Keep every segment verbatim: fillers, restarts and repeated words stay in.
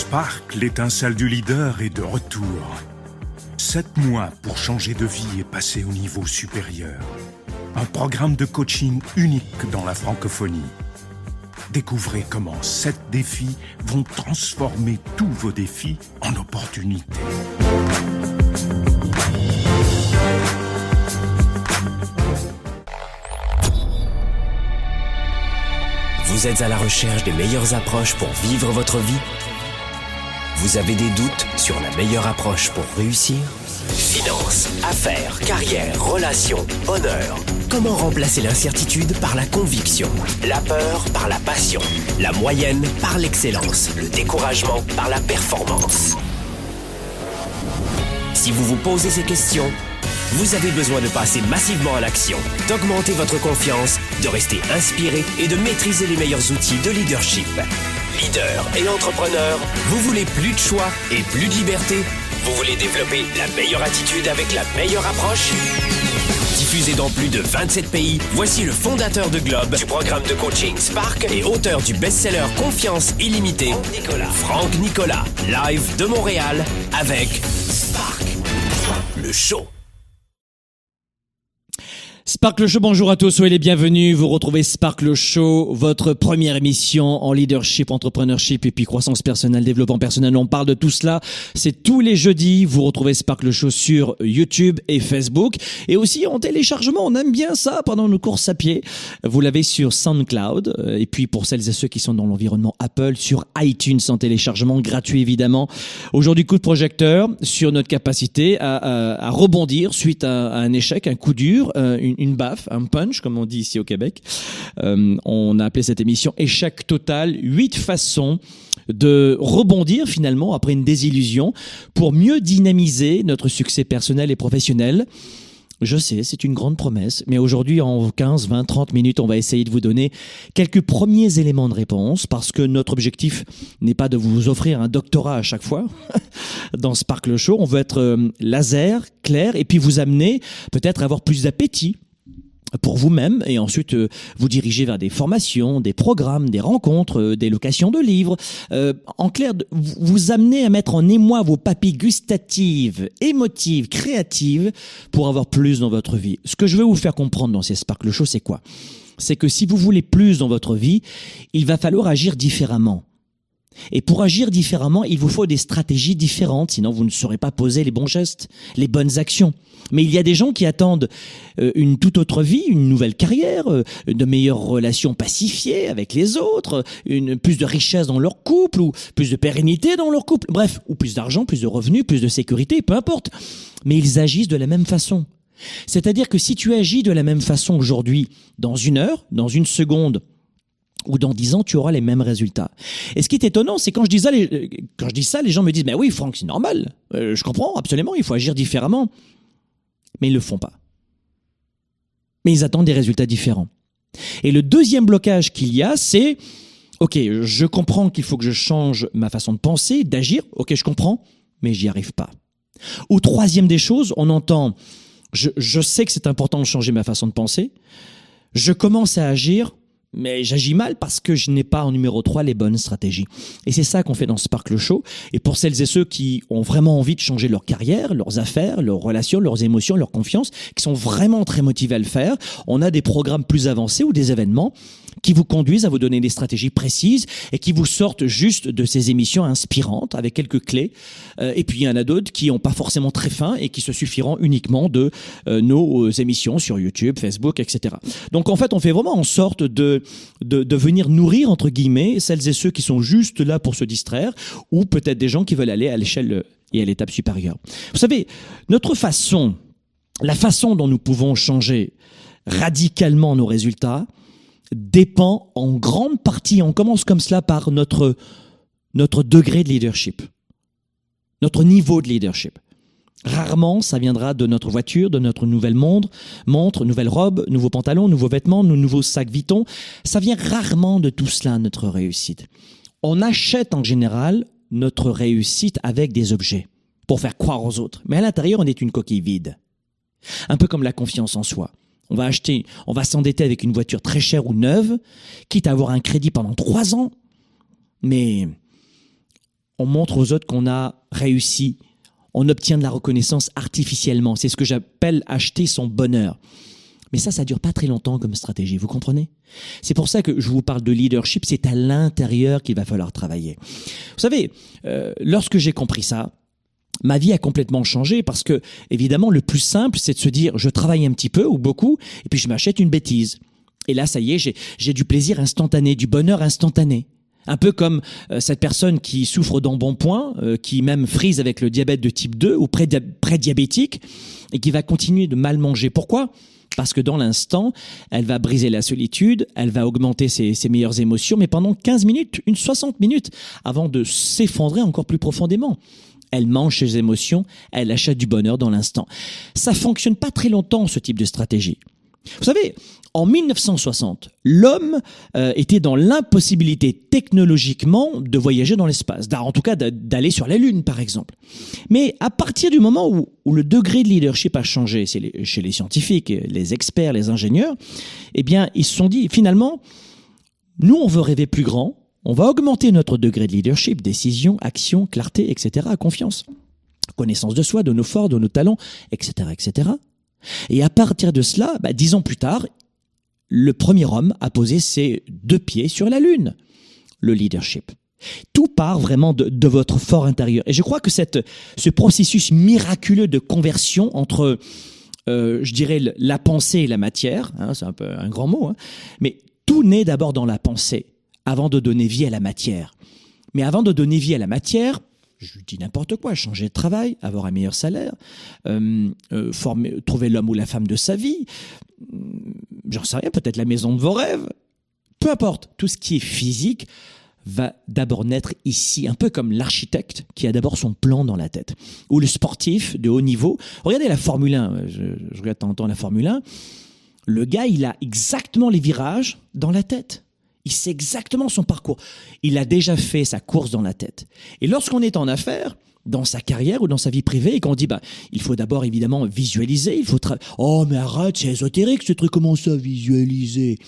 Spark, l'étincelle du leader, est de retour. Sept mois pour changer de vie et passer au niveau supérieur. Un programme de coaching unique dans la francophonie. Découvrez comment sept défis vont transformer tous vos défis en opportunités. Vous êtes à la recherche des meilleures approches pour vivre votre vie? Vous avez des doutes sur la meilleure approche pour réussir? Finances, affaires, carrière, relations, honneur. Comment remplacer l'incertitude par la conviction, la peur par la passion, la moyenne par l'excellence, le découragement par la performance? Si vous vous posez ces questions, vous avez besoin de passer massivement à l'action, d'augmenter votre confiance, de rester inspiré et de maîtriser les meilleurs outils de leadership. Leader et entrepreneur, vous voulez plus de choix et plus de liberté? Vous voulez développer la meilleure attitude avec la meilleure approche? Diffusé dans plus de vingt-sept pays, voici le fondateur de Globe, du programme de coaching Spark et auteur du best-seller Confiance illimitée, Franck Nicolas. Franck Nicolas, live de Montréal avec Spark, le show. Spark le Show, bonjour à tous, soyez les bienvenus. Vous retrouvez Spark le Show, votre première émission en leadership, entrepreneurship et puis croissance personnelle, développement personnel. On parle de tout cela. C'est tous les jeudis. Vous retrouvez Spark le Show sur YouTube et Facebook. Et aussi en téléchargement. On aime bien ça pendant nos courses à pied. Vous l'avez sur SoundCloud. Et puis pour celles et ceux qui sont dans l'environnement Apple, sur iTunes en téléchargement gratuit évidemment. Aujourd'hui, coup de projecteur sur notre capacité à, à, à rebondir suite à, à un échec, un coup dur, une une baffe, un punch, comme on dit ici au Québec. Euh, on a appelé cette émission Échec total, huit façons de rebondir finalement après une désillusion pour mieux dynamiser notre succès personnel et professionnel. Je sais, c'est une grande promesse, mais aujourd'hui, en quinze, vingt, trente minutes, on va essayer de vous donner quelques premiers éléments de réponse parce que notre objectif n'est pas de vous offrir un doctorat à chaque fois dans Spark le Show. On veut être euh, laser, clair, et puis vous amener peut-être à avoir plus d'appétit pour vous-même et ensuite euh, vous diriger vers des formations, des programmes, des rencontres, euh, des locations de livres. Euh, en clair, vous, vous amener à mettre en émoi vos papilles gustatives, émotives, créatives pour avoir plus dans votre vie. Ce que je veux vous faire comprendre dans ces Spark le Show, c'est quoi? C'est que si vous voulez plus dans votre vie, il va falloir agir différemment. Et pour agir différemment, il vous faut des stratégies différentes, sinon vous ne saurez pas poser les bons gestes, les bonnes actions. Mais il y a des gens qui attendent euh, une toute autre vie, une nouvelle carrière, euh, de meilleures relations pacifiées avec les autres, une, plus de richesse dans leur couple, ou plus de pérennité dans leur couple, bref, ou plus d'argent, plus de revenus, plus de sécurité, peu importe. Mais ils agissent de la même façon. C'est-à-dire que si tu agis de la même façon aujourd'hui, dans une heure, dans une seconde, ou dans dix ans, tu auras les mêmes résultats. Et ce qui est étonnant, c'est quand je dis ça, les, quand je dis ça, les gens me disent « Mais oui, Franck, c'est normal. Euh, je comprends, absolument, il faut agir différemment. » Mais ils le font pas. Mais ils attendent des résultats différents. Et le deuxième blocage qu'il y a, c'est « Ok, je comprends qu'il faut que je change ma façon de penser, d'agir. Ok, je comprends, mais j'y arrive pas. » Ou troisième des choses, on entend je, « Je sais que c'est important de changer ma façon de penser. Je commence à agir. » Mais j'agis mal parce que je n'ai pas en numéro trois les bonnes stratégies. Et c'est ça qu'on fait dans Spark le Show. Et pour celles et ceux qui ont vraiment envie de changer leur carrière, leurs affaires, leurs relations, leurs émotions, leur confiance, qui sont vraiment très motivés à le faire, on a des programmes plus avancés ou des événements qui vous conduisent à vous donner des stratégies précises et qui vous sortent juste de ces émissions inspirantes avec quelques clés. Euh, et puis il y en a d'autres qui n'ont pas forcément très faim et qui se suffiront uniquement de euh, nos émissions sur YouTube, Facebook, et cetera. Donc en fait, on fait vraiment en sorte de, de, de venir nourrir, entre guillemets, celles et ceux qui sont juste là pour se distraire ou peut-être des gens qui veulent aller à l'échelle et à l'étape supérieure. Vous savez, notre façon, la façon dont nous pouvons changer radicalement nos résultats dépend en grande partie, on commence comme cela par notre, notre degré de leadership, notre niveau de leadership. Rarement, ça viendra de notre voiture, de notre nouvelle montre, montre, nouvelle robe, nouveaux pantalons, nouveaux vêtements, nos nouveaux sacs Vuitton. Ça vient rarement de tout cela, notre réussite. On achète en général notre réussite avec des objets pour faire croire aux autres. Mais à l'intérieur, on est une coquille vide. Un peu comme la confiance en soi. On va acheter, on va s'endetter avec une voiture très chère ou neuve, quitte à avoir un crédit pendant trois ans, mais on montre aux autres qu'on a réussi. On obtient de la reconnaissance artificiellement. C'est ce que j'appelle acheter son bonheur. Mais ça, ça dure pas très longtemps comme stratégie, vous comprenez? C'est pour ça que je vous parle de leadership, c'est à l'intérieur qu'il va falloir travailler. Vous savez, euh, lorsque j'ai compris ça, ma vie a complètement changé parce que, évidemment, le plus simple, c'est de se dire, je travaille un petit peu ou beaucoup, et puis je m'achète une bêtise. Et là, ça y est, j'ai, j'ai du plaisir instantané, du bonheur instantané. Un peu comme euh, cette personne qui souffre d'embonpoint, euh, qui même frise avec le diabète de type deux ou pré- pré-diabétique, et qui va continuer de mal manger. Pourquoi ? Parce que dans l'instant, elle va briser la solitude, elle va augmenter ses, ses meilleures émotions, mais pendant quinze minutes, une soixante minutes, avant de s'effondrer encore plus profondément. Elle mange ses émotions, elle achète du bonheur dans l'instant. Ça fonctionne pas très longtemps, ce type de stratégie. Vous savez, en mille neuf cent soixante, l'homme euh, était dans l'impossibilité technologiquement de voyager dans l'espace, en tout cas d'aller sur la Lune, par exemple. Mais à partir du moment où, où le degré de leadership a changé c'est les, chez les scientifiques, les experts, les ingénieurs, eh bien, ils se sont dit, finalement, nous, on veut rêver plus grand, on va augmenter notre degré de leadership, décision, action, clarté, et cetera, confiance, connaissance de soi, de nos forces, de nos talents, et cetera, et cetera. Et à partir de cela, bah, dix ans plus tard, le premier homme a posé ses deux pieds sur la Lune. Le leadership. Tout part vraiment de, de votre fort intérieur. Et je crois que cette, ce processus miraculeux de conversion entre, euh, je dirais, la pensée et la matière, hein, c'est un peu un grand mot, hein, mais tout naît d'abord dans la pensée, avant de donner vie à la matière. Mais avant de donner vie à la matière, je dis n'importe quoi, changer de travail, avoir un meilleur salaire, euh, euh, former, trouver l'homme ou la femme de sa vie, euh, j'en sais rien, peut-être la maison de vos rêves, peu importe, tout ce qui est physique va d'abord naître ici, un peu comme l'architecte qui a d'abord son plan dans la tête, ou le sportif de haut niveau. Regardez la Formule un, je, je regarde de temps en temps la Formule un, le gars il a exactement les virages dans la tête. Il sait exactement son parcours. Il a déjà fait sa course dans la tête. Et lorsqu'on est en affaires, dans sa carrière ou dans sa vie privée, et qu'on dit, bah, il faut d'abord évidemment visualiser, il faut tra- oh, mais arrête, c'est ésotérique ce truc, comment ça visualiser?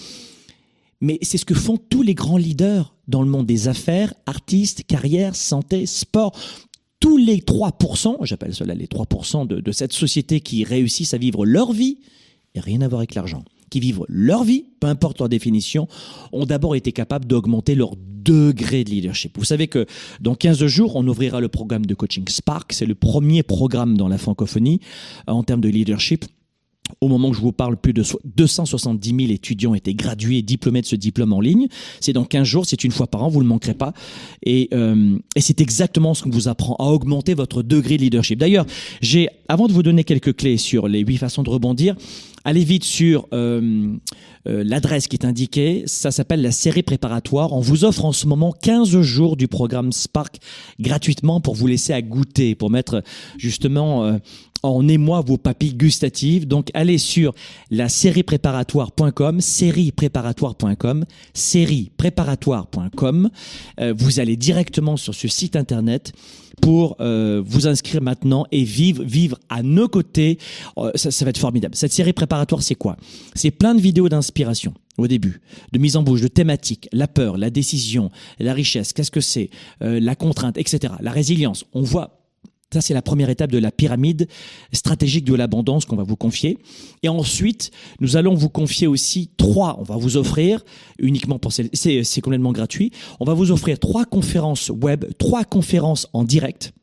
Mais c'est ce que font tous les grands leaders dans le monde des affaires, artistes, carrière, santé, sport. Tous les trois pour cent, j'appelle cela les trois pour cent de, de cette société qui réussissent à vivre leur vie, et rien à voir avec l'argent, qui vivent leur vie, peu importe leur définition, ont d'abord été capables d'augmenter leur degré de leadership. Vous savez que dans quinze jours, on ouvrira le programme de coaching Spark. C'est le premier programme dans la francophonie euh, en termes de leadership. Au moment où je vous parle, plus de deux cent soixante-dix mille étudiants étaient gradués et diplômés de ce diplôme en ligne. C'est dans quinze jours, c'est une fois par an, vous ne le manquerez pas. Et, euh, et c'est exactement ce qu'on vous apprend, à augmenter votre degré de leadership. D'ailleurs, j'ai, avant de vous donner quelques clés sur les huit façons de rebondir, allez vite sur euh, euh, l'adresse qui est indiquée. Ça s'appelle la série préparatoire. On vous offre en ce moment quinze jours du programme Spark gratuitement pour vous laisser à goûter, pour mettre justement euh, en émoi vos papilles gustatives. Donc, allez sur la série préparatoire point com, série préparatoire point com, série préparatoire point com. Euh, vous allez directement sur ce site internet pour euh, vous inscrire maintenant et vivre vivre à nos côtés. Euh, ça, ça va être formidable. Cette série préparatoire, c'est quoi? C'est plein de vidéos d'inspiration au début, de mise en bouche, de thématiques, la peur, la décision, la richesse, qu'est-ce que c'est, euh, la contrainte, et cetera. La résilience. On voit. Ça, c'est la première étape de la pyramide stratégique de l'abondance qu'on va vous confier. Et ensuite, nous allons vous confier aussi trois, on va vous offrir, uniquement pour c'est, c'est, c'est complètement gratuit, on va vous offrir trois conférences web, trois conférences en direct,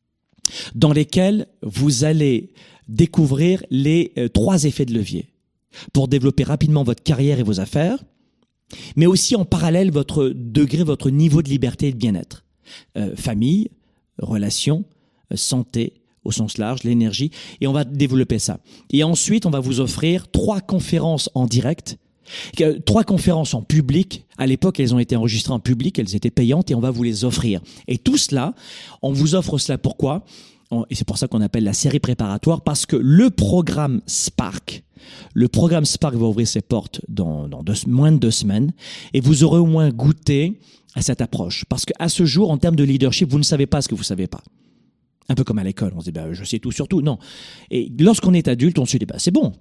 dans lesquelles vous allez découvrir les euh, trois effets de levier pour développer rapidement votre carrière et vos affaires, mais aussi en parallèle votre degré, votre niveau de liberté et de bien-être. Euh, famille, relations, santé au sens large, l'énergie, et on va développer ça. Et ensuite, on va vous offrir trois conférences en direct, trois conférences en public. À l'époque, elles ont été enregistrées en public, elles étaient payantes, et on va vous les offrir. Et tout cela, on vous offre cela pourquoi? Et c'est pour ça qu'on appelle la série préparatoire, parce que le programme Spark, le programme Spark va ouvrir ses portes dans, dans deux, moins de deux semaines, et vous aurez au moins goûté à cette approche. Parce qu'à ce jour, en termes de leadership, vous ne savez pas ce que vous ne savez pas. Un peu comme à l'école, on se dit bah, « je sais tout sur tout ». Non. Et lorsqu'on est adulte, on se dit bah, « c'est bon,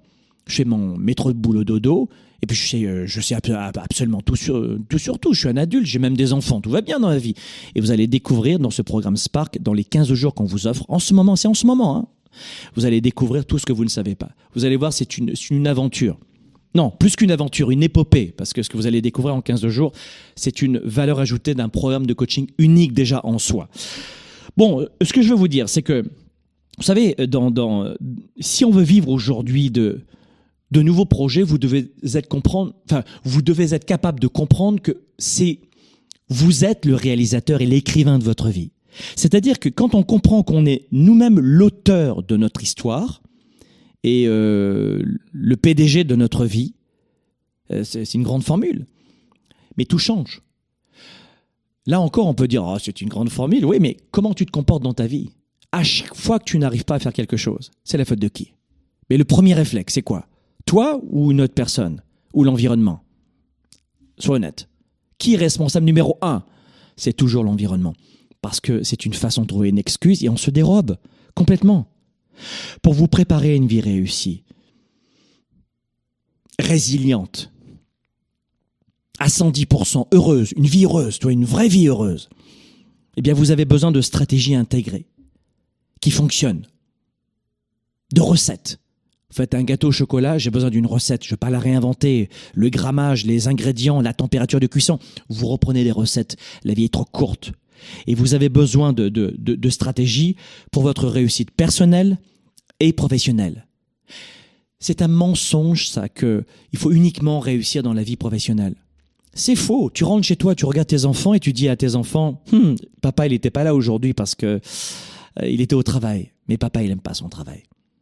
je fais mon métro de boulot dodo, et puis je sais, euh, je sais absolument tout sur, tout sur tout. Je suis un adulte, j'ai même des enfants, tout va bien dans la vie. Et vous allez découvrir dans ce programme Spark, dans les quinze jours qu'on vous offre, en ce moment, c'est en ce moment, hein, vous allez découvrir tout ce que vous ne savez pas. Vous allez voir, c'est une, c'est une aventure. Non, plus qu'une aventure, une épopée, parce que ce que vous allez découvrir en quinze jours, c'est une valeur ajoutée d'un programme de coaching unique déjà en soi. Bon, ce que je veux vous dire, c'est que, vous savez, dans, dans, si on veut vivre aujourd'hui de, de nouveaux projets, vous devez être comprendre, enfin, vous devez être capable de comprendre que c'est, vous êtes le réalisateur et l'écrivain de votre vie. C'est-à-dire que quand on comprend qu'on est nous-mêmes l'auteur de notre histoire et euh, le P D G de notre vie, euh, c'est, c'est une grande formule. Mais tout change. Là encore, on peut dire, oh, c'est une grande formule. Oui, mais comment tu te comportes dans ta vie ? À chaque fois que tu n'arrives pas à faire quelque chose, c'est la faute de qui ? Mais le premier réflexe, c'est quoi ? Toi ou une autre personne ? Ou l'environnement ? Sois honnête. Qui est responsable numéro un ? C'est toujours l'environnement. Parce que c'est une façon de trouver une excuse et on se dérobe complètement. Pour vous préparer à une vie réussie, résiliente, à cent dix pour cent heureuse, une vie heureuse, toi, une vraie vie heureuse, eh bien, vous avez besoin de stratégies intégrées qui fonctionnent, de recettes. Vous faites un gâteau au chocolat, j'ai besoin d'une recette. Je ne vais pas la réinventer. Le grammage, les ingrédients, la température de cuisson. Vous reprenez les recettes. La vie est trop courte. Et vous avez besoin de, de, de, de stratégies pour votre réussite personnelle et professionnelle. C'est un mensonge, ça, qu'il faut uniquement réussir dans la vie professionnelle. C'est faux. Tu rentres chez toi, tu regardes tes enfants et tu dis à tes enfants, hm, « Papa, il n'était pas là aujourd'hui parce que euh, il était au travail. Mais papa, il n'aime pas son travail. »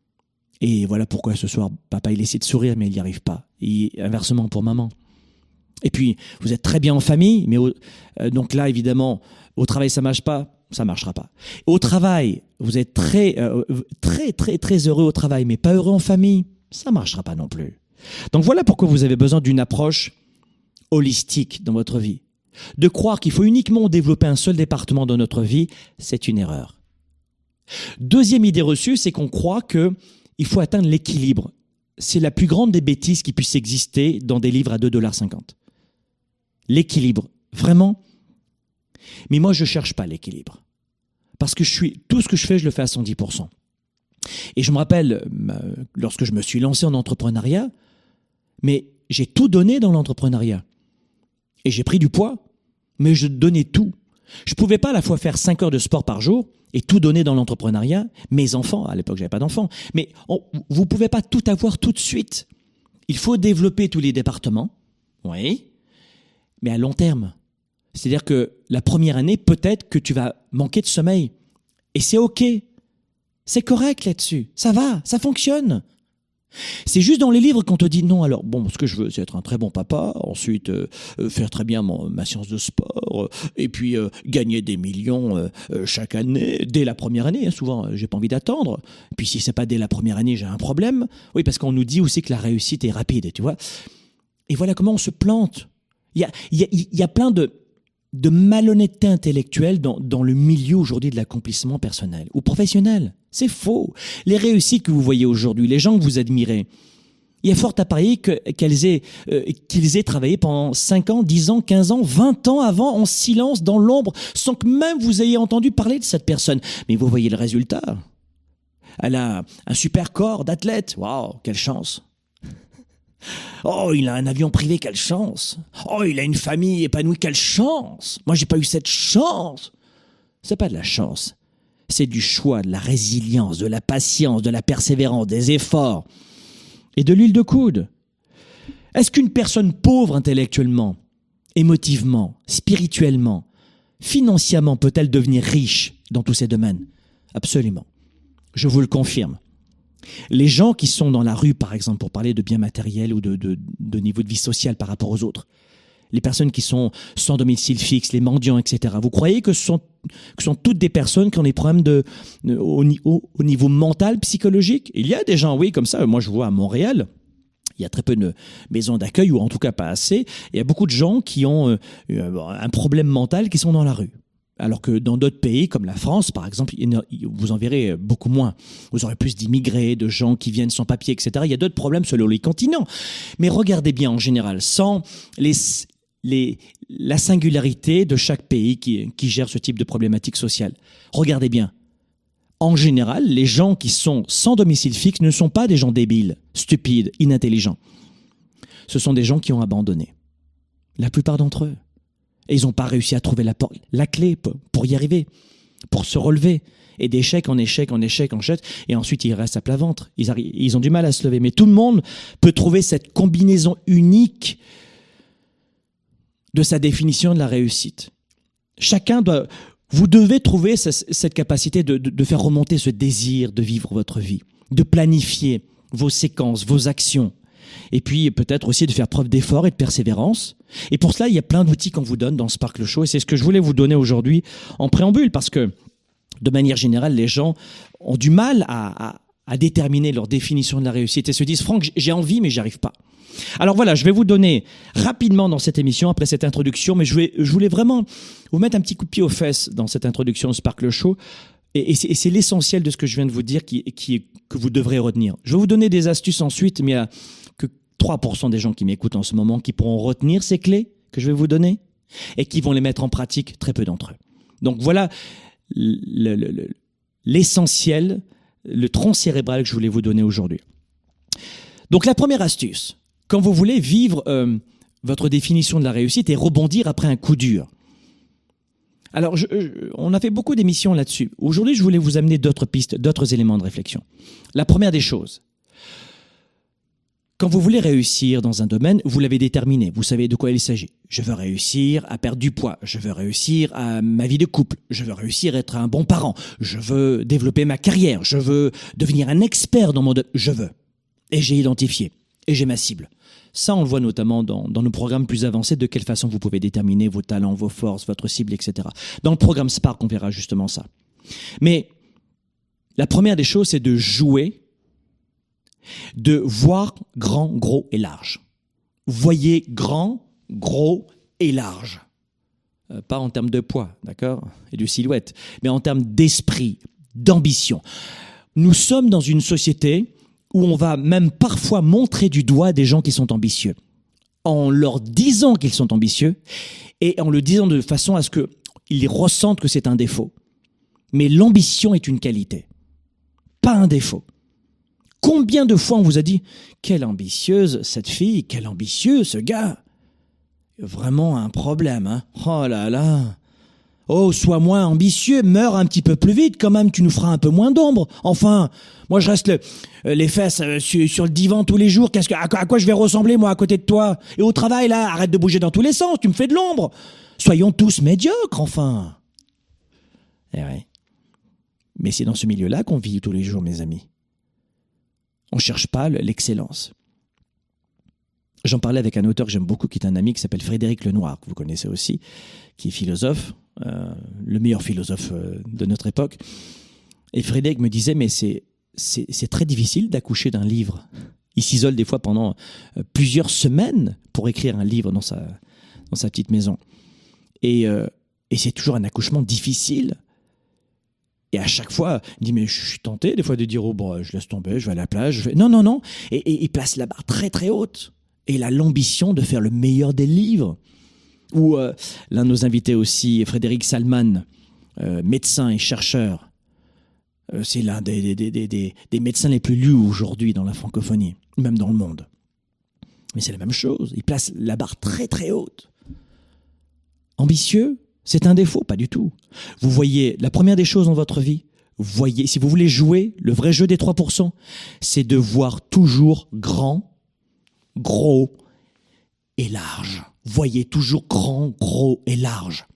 Et voilà pourquoi ce soir, papa, il essaie de sourire, mais il n'y arrive pas. Et inversement pour maman. Et puis, vous êtes très bien en famille, mais au, euh, donc là, évidemment, au travail, ça ne marche pas, ça ne marchera pas. Au travail, vous êtes très, euh, très, très, très heureux au travail, mais pas heureux en famille, ça ne marchera pas non plus. Donc voilà pourquoi vous avez besoin d'une approche holistique dans votre vie. De croire qu'il faut uniquement développer un seul département dans notre vie, c'est une erreur. Deuxième idée reçue, c'est qu'on croit qu'il faut atteindre l'équilibre. C'est la plus grande des bêtises qui puisse exister dans des livres à deux dollars cinquante. L'équilibre, vraiment. Mais moi, je ne cherche pas l'équilibre. Parce que je suis, tout ce que je fais, je le fais à cent dix pour cent. Et je me rappelle, lorsque je me suis lancé en entrepreneuriat, mais j'ai tout donné dans l'entrepreneuriat. Et j'ai pris du poids, mais je donnais tout. Je ne pouvais pas à la fois faire cinq heures de sport par jour et tout donner dans l'entrepreneuriat. Mes enfants, à l'époque, je n'avais pas d'enfants, mais on, vous ne pouvez pas tout avoir tout de suite. Il faut développer tous les départements, oui, mais à long terme. C'est-à-dire que la première année, peut-être que tu vas manquer de sommeil. Et c'est OK. C'est correct là-dessus. Ça va, ça fonctionne. C'est juste dans les livres qu'on te dit non. Alors bon, ce que je veux, c'est être un très bon papa, ensuite euh, faire très bien mon, ma science de sport, euh, et puis euh, gagner des millions euh, chaque année, dès la première année. Hein, souvent, j'ai pas envie d'attendre. Et puis si c'est pas dès la première année, j'ai un problème. Oui, parce qu'on nous dit aussi que la réussite est rapide, tu vois. Et voilà comment on se plante. Il y a, il y a, il y a plein de de malhonnêteté intellectuelle dans, dans le milieu aujourd'hui de l'accomplissement personnel ou professionnel. C'est faux. Les réussites que vous voyez aujourd'hui, les gens que vous admirez, il y a fort à parier que, qu'elles aient, euh, qu'ils aient travaillé pendant cinq ans, dix ans, quinze ans, vingt ans avant, en silence, dans l'ombre, sans que même vous ayez entendu parler de cette personne. Mais vous voyez le résultat. Elle a un super corps d'athlète. Waouh, quelle chance. Oh, il a un avion privé, quelle chance. Oh, il a une famille épanouie, quelle chance. Moi, j'ai pas eu cette chance. C'est pas de la chance. C'est du choix, de la résilience, de la patience, de la persévérance, des efforts et de l'huile de coude. Est-ce qu'une personne pauvre intellectuellement, émotivement, spirituellement, financièrement peut-elle devenir riche dans tous ces domaines ? Absolument. Je vous le confirme. Les gens qui sont dans la rue, par exemple, pour parler de biens matériels ou de, de, de niveau de vie sociale par rapport aux autres, les personnes qui sont sans domicile fixe, les mendiants, et cetera, vous croyez que ce sont, que ce sont toutes des personnes qui ont des problèmes de, de, au, au, au niveau mental, psychologique ? Il y a des gens, oui, comme ça. Moi, je vois à Montréal, il y a très peu de maisons d'accueil, ou en tout cas pas assez. Il y a beaucoup de gens qui ont euh, un problème mental qui sont dans la rue. Alors que dans d'autres pays, comme la France, par exemple, vous en verrez beaucoup moins. Vous aurez plus d'immigrés, de gens qui viennent sans papier, et cetera. Il y a d'autres problèmes selon les continents. Mais regardez bien en général, sans les, les, la singularité de chaque pays qui, qui gère ce type de problématique sociale. Regardez bien. En général, les gens qui sont sans domicile fixe ne sont pas des gens débiles, stupides, inintelligents. Ce sont des gens qui ont abandonné. La plupart d'entre eux. Et ils n'ont pas réussi à trouver la, porte, la clé pour y arriver, pour se relever. Et d'échec en échec, en échec, en échec. Et ensuite, ils restent à plat ventre. Ils, arrivent, ils ont du mal à se lever. Mais tout le monde peut trouver cette combinaison unique de sa définition de la réussite. Chacun doit... Vous devez trouver cette capacité de, de, de faire remonter ce désir de vivre votre vie, de planifier vos séquences, vos actions. Et puis peut-être aussi de faire preuve d'effort et de persévérance. Et pour cela, il y a plein d'outils qu'on vous donne dans Sparkle Show. Et c'est ce que je voulais vous donner aujourd'hui en préambule, parce que de manière générale, les gens ont du mal à, à, à déterminer leur définition de la réussite et se disent « Franck, j'ai envie, mais j'y arrive pas ». Alors voilà, je vais vous donner rapidement dans cette émission, après cette introduction, mais je, vais, je voulais vraiment vous mettre un petit coup de pied aux fesses dans cette introduction de Sparkle Show. Et, et c'est, et c'est l'essentiel de ce que je viens de vous dire qui, qui, que vous devrez retenir. Je vais vous donner des astuces ensuite, mais il y a que trois pour cent des gens qui m'écoutent en ce moment qui pourront retenir ces clés que je vais vous donner et qui vont les mettre en pratique, très peu d'entre eux. Donc voilà le, le, le, l'essentiel, le tronc cérébral que je voulais vous donner aujourd'hui. Donc la première astuce, quand vous voulez vivre euh, votre définition de la réussite et rebondir après un coup dur. Alors, je, je, on a fait beaucoup d'émissions là-dessus. Aujourd'hui, je voulais vous amener d'autres pistes, d'autres éléments de réflexion. La première des choses, quand vous voulez réussir dans un domaine, vous l'avez déterminé, vous savez de quoi il s'agit. Je veux réussir à perdre du poids, je veux réussir à ma vie de couple, je veux réussir à être un bon parent, je veux développer ma carrière, je veux devenir un expert dans mon domaine, je veux. Et j'ai identifié, et j'ai ma cible. Ça, on le voit notamment dans, dans nos programmes plus avancés, de quelle façon vous pouvez déterminer vos talents, vos forces, votre cible, et cetera. Dans le programme Spark, on verra justement ça. Mais la première des choses, c'est de jouer, de voir grand, gros et large. Voyez grand, gros et large. Euh, pas en termes de poids, d'accord, et de silhouette, mais en termes d'esprit, d'ambition. Nous sommes dans une société où on va même parfois montrer du doigt des gens qui sont ambitieux, en leur disant qu'ils sont ambitieux et en le disant de façon à ce qu'ils ressentent que c'est un défaut. Mais l'ambition est une qualité, pas un défaut. Combien de fois on vous a dit « Quelle ambitieuse cette fille, quel ambitieux ce gars !» Vraiment un problème, hein. Oh là là. Oh, sois moins ambitieux, meurs un petit peu plus vite, quand même, tu nous feras un peu moins d'ombre. Enfin, moi je reste le, les fesses euh, sur, sur le divan tous les jours, qu'est-ce que, à, à quoi je vais ressembler, moi, à côté de toi? Et au travail, là, arrête de bouger dans tous les sens, tu me fais de l'ombre. Soyons tous médiocres, enfin. Eh ouais. Mais c'est dans ce milieu-là qu'on vit tous les jours, mes amis. On cherche pas l'excellence. J'en parlais avec un auteur que j'aime beaucoup, qui est un ami, qui s'appelle Frédéric Lenoir, que vous connaissez aussi, qui est philosophe, euh, le meilleur philosophe euh, de notre époque. Et Frédéric me disait, mais c'est, c'est, c'est très difficile d'accoucher d'un livre. Il s'isole des fois pendant euh, plusieurs semaines pour écrire un livre dans sa, dans sa petite maison. Et, euh, et c'est toujours un accouchement difficile. Et à chaque fois, il dit, mais je suis tenté des fois de dire, oh bon, je laisse tomber, je vais à la plage. Je vais... Non, non, non. Et, et il place la barre très, très haute. Et il a l'ambition de faire le meilleur des livres. Ou euh, l'un de nos invités aussi, Frédéric Salman, euh, médecin et chercheur. Euh, c'est l'un des, des, des, des, des médecins les plus lus aujourd'hui dans la francophonie, même dans le monde. Mais c'est la même chose. Il place la barre très très haute. Ambitieux, c'est un défaut, pas du tout. Vous voyez, la première des choses dans votre vie, voyez, si vous voulez jouer le vrai jeu des trois pour cent, c'est de voir toujours grand, gros et large. Voyez toujours grand, gros et large.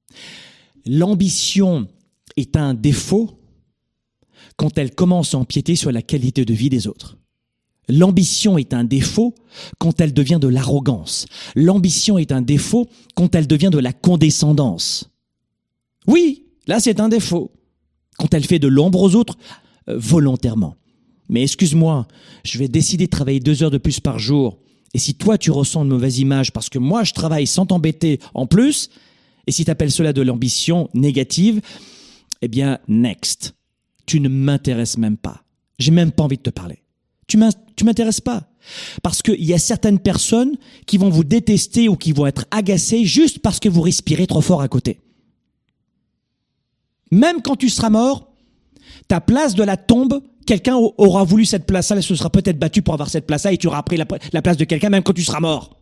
L'ambition est un défaut quand elle commence à empiéter sur la qualité de vie des autres. L'ambition est un défaut quand elle devient de l'arrogance. L'ambition est un défaut quand elle devient de la condescendance. Oui, là c'est un défaut. Quand elle fait de l'ombre aux autres, euh, volontairement. Mais excuse-moi, je vais décider de travailler deux heures de plus par jour. Et si toi, tu ressens une mauvaise image parce que moi, je travaille sans t'embêter en plus, Et si tu appelles cela de l'ambition négative, eh bien, next. Tu ne m'intéresses même pas. J'ai même pas envie de te parler. Tu m'in- tu m'intéresses pas. Parce qu'il y a certaines personnes qui vont vous détester ou qui vont être agacées juste parce que vous respirez trop fort à côté. Même quand tu seras mort, ta place de la tombe, quelqu'un aura voulu cette place-là et se sera peut-être battu pour avoir cette place-là et tu auras pris la, la place de quelqu'un même quand tu seras mort.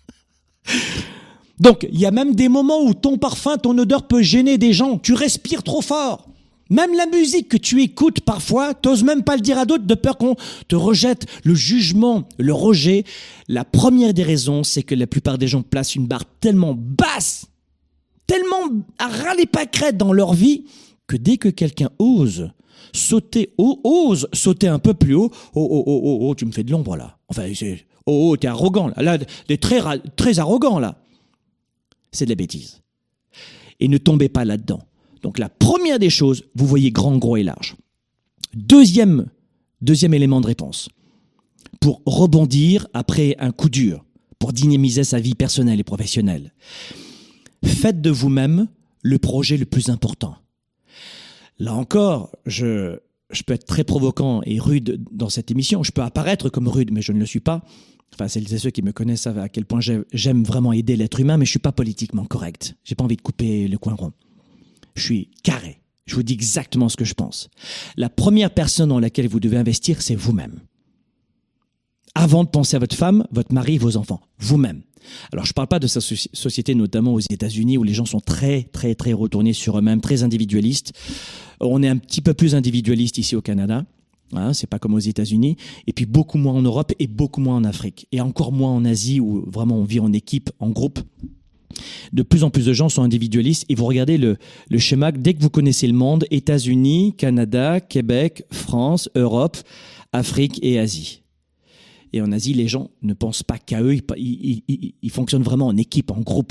Donc, il y a même des moments où ton parfum, ton odeur peut gêner des gens. Tu respires trop fort. Même la musique que tu écoutes parfois, t'oses même pas le dire à d'autres de peur qu'on te rejette. Le jugement, le rejet. La première des raisons, c'est que la plupart des gens placent une barre tellement basse, tellement à ras les pâquerettes dans leur vie, que dès que quelqu'un ose sauter, oh, ose sauter un peu plus haut, oh, oh, oh, oh, oh, tu me fais de l'ombre là. Enfin, c'est, oh, oh, t'es arrogant là. Là, t'es très, très arrogant là. C'est de la bêtise. Et ne tombez pas là-dedans. Donc la première des choses, vous voyez grand, gros et large. Deuxième, deuxième élément de réponse. Pour rebondir après un coup dur, pour dynamiser sa vie personnelle et professionnelle, faites de vous-même le projet le plus important. Là encore, je, je peux être très provoquant et rude dans cette émission. Je peux apparaître comme rude, mais je ne le suis pas. Enfin, celles et ceux qui me connaissent savent à quel point j'aime vraiment aider l'être humain, mais je suis pas politiquement correct. J'ai pas envie de couper le coin rond. Je suis carré. Je vous dis exactement ce que je pense. La première personne dans laquelle vous devez investir, c'est vous-même. Avant de penser à votre femme, votre mari, vos enfants. Vous-même. Alors, je parle pas de sa société, notamment aux États-Unis, où les gens sont très, très, très retournés sur eux-mêmes, très individualistes. On est un petit peu plus individualiste ici au Canada. Hein, c'est pas comme aux États-Unis. Et puis beaucoup moins en Europe et beaucoup moins en Afrique. Et encore moins en Asie, où vraiment on vit en équipe, en groupe. De plus en plus de gens sont individualistes et vous regardez le, le schéma, dès que vous connaissez le monde, États-Unis, Canada, Québec, France, Europe, Afrique et Asie. Et en Asie, les gens ne pensent pas qu'à eux, ils, ils, ils, ils fonctionnent vraiment en équipe, en groupe.